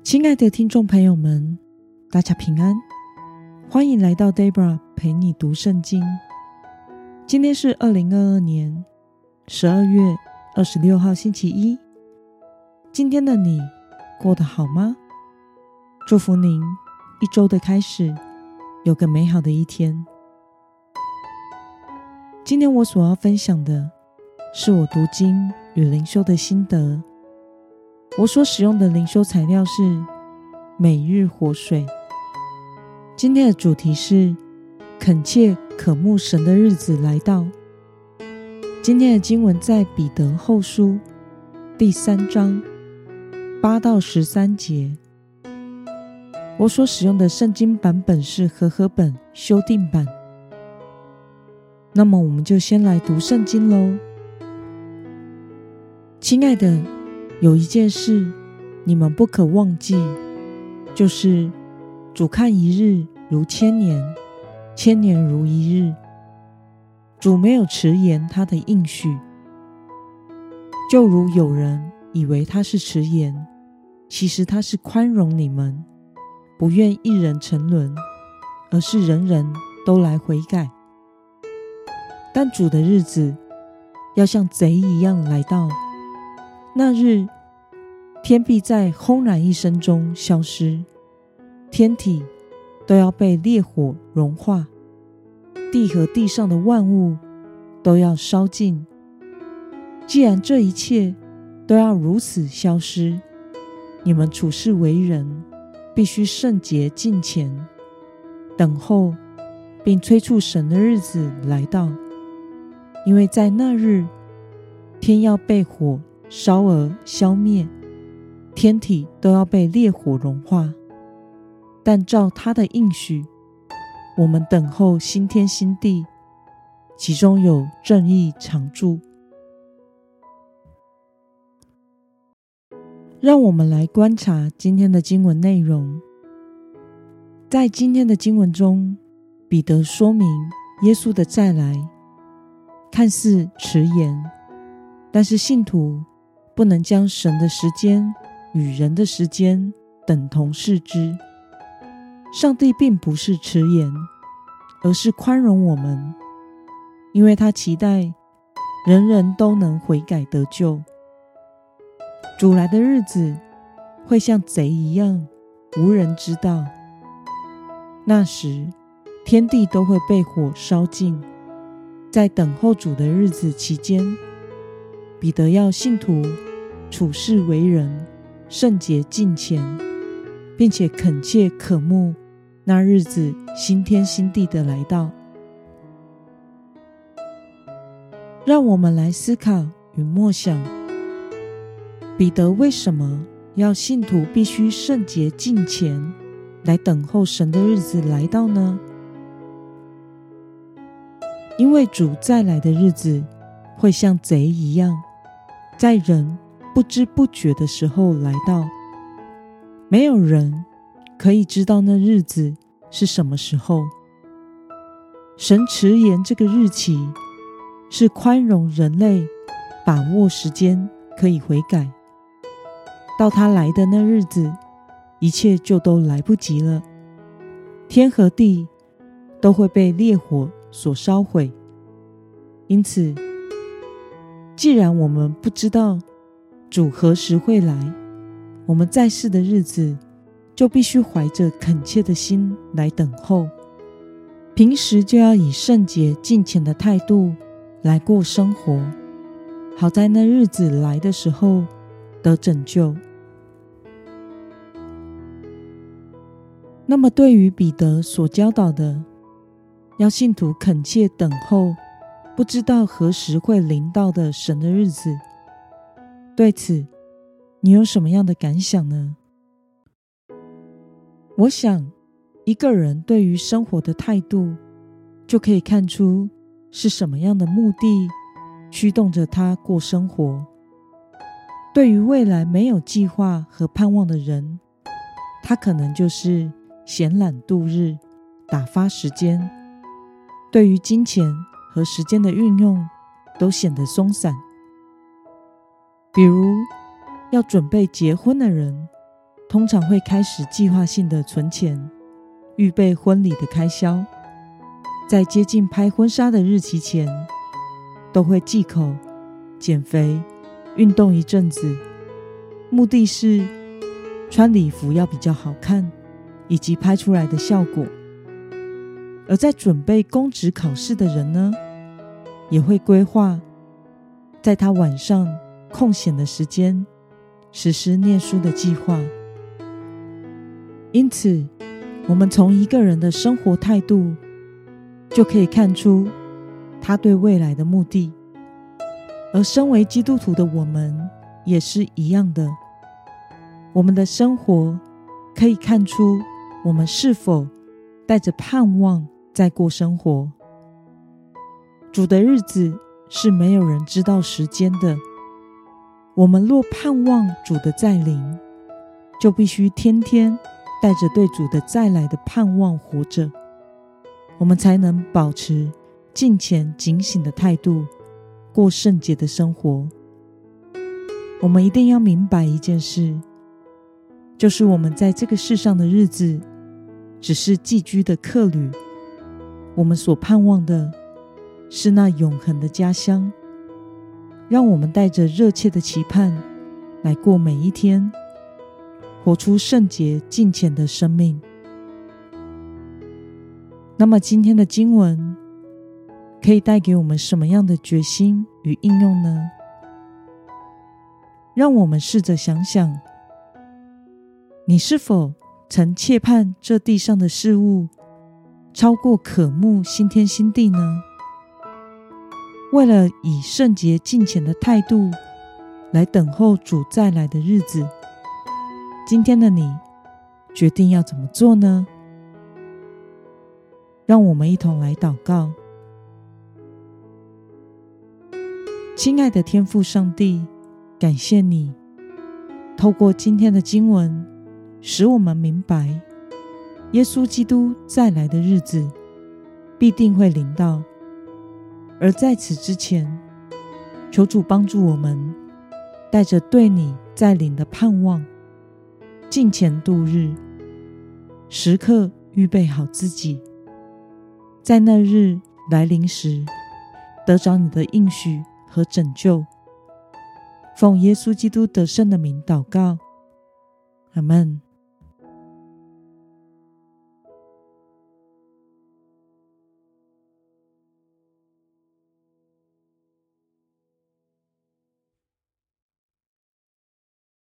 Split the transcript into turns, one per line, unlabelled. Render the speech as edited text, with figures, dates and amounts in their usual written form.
亲爱的听众朋友们，大家平安，欢迎来到 Debra 陪你读圣经。今天是2022年12月26号星期一。今天的你过得好吗？祝福您一周的开始有个美好的一天。今天我所要分享的是我读经与灵修的心得。我所使用的灵修材料是每日活水。今天的主题是恳切渴慕神的日子来到。今天的经文在彼得后书第3章8到13节。我所使用的圣经版本是和合本修订版。那么我们就先来读圣经咯。亲爱的，有一件事你们不可忘记，就是主看一日如千年，千年如一日。主没有迟延他的应许，就如有人以为他是迟延，其实他是宽容你们，不愿一人沉沦，而是人人都来悔改。但主的日子要像贼一样来到，那日天必在轰然一声中消失，天体都要被烈火融化，地和地上的万物都要烧尽。既然这一切都要如此消失，你们处事为人必须圣洁敬虔，等候并催促神的日子来到。因为在那日，天要被火烧而消灭，天体都要被烈火融化。但照他的应许，我们等候新天新地，其中有正义常住。让我们来观察今天的经文内容。在今天的经文中，彼得说明耶稣的再来看似迟延，但是信徒不能将神的时间与人的时间等同视之。上帝并不是迟延，而是宽容我们，因为他期待人人都能悔改得救。主来的日子会像贼一样，无人知道。那时天地都会被火烧尽。在等候主的日子期间，彼得要信徒处事为人圣洁敬虔，并且恳切渴慕那日子新天新地的来到。让我们来思考与默想，彼得为什么要信徒必须圣洁敬虔来等候神的日子来到呢？因为主再来的日子会像贼一样，在人不知不觉的时候来到。没有人可以知道那日子是什么时候。神迟延这个日期，是宽容人类把握时间可以悔改。到他来的那日子，一切就都来不及了。天和地都会被烈火所烧毁。因此，既然我们不知道主何时会来，我们在世的日子就必须怀着恳切的心来等候。平时就要以圣洁敬虔的态度来过生活，好在那日子来的时候得拯救。那么对于彼得所教导的，要信徒恳切等候不知道何时会临到的神的日子，对此你有什么样的感想呢？我想一个人对于生活的态度，就可以看出是什么样的目的驱动着他过生活。对于未来没有计划和盼望的人，他可能就是闲懒度日，打发时间，对于金钱和时间的运用都显得松散。比如要准备结婚的人， 通常会开始计划性的存钱，预备婚礼的开销。在接近拍婚纱的日期前，都会忌口、减肥、运动一阵子，目的是穿礼服要比较好看，以及拍出来的效果。而在准备公职考试的人呢，也会规划在他晚上空闲的时间实施念书的计划。因此，我们从一个人的生活态度就可以看出他对未来的目的。而身为基督徒的我们也是一样的，我们的生活可以看出我们是否带着盼望在过生活。主的日子是没有人知道时间的，我们若盼望主的再临，就必须天天带着对主的再来的盼望活着，我们才能保持敬虔警醒的态度，过圣洁的生活。我们一定要明白一件事，就是我们在这个世上的日子只是寄居的客旅，我们所盼望的是那永恒的家乡。让我们带着热切的期盼来过每一天，活出圣洁敬虔的生命。那么今天的经文可以带给我们什么样的决心与应用呢？让我们试着想想，你是否曾切盼这地上的事物超过渴慕新天新地呢？为了以圣洁敬虔的态度来等候主再来的日子，今天的你决定要怎么做呢？让我们一同来祷告。亲爱的天父上帝，感谢你透过今天的经文，使我们明白耶稣基督再来的日子必定会临到。而在此之前，求主帮助我们带着对你再临的盼望，敬虔度日，时刻预备好自己，在那日来临时得着你的应许和拯救。奉耶稣基督得胜的名祷告，阿们。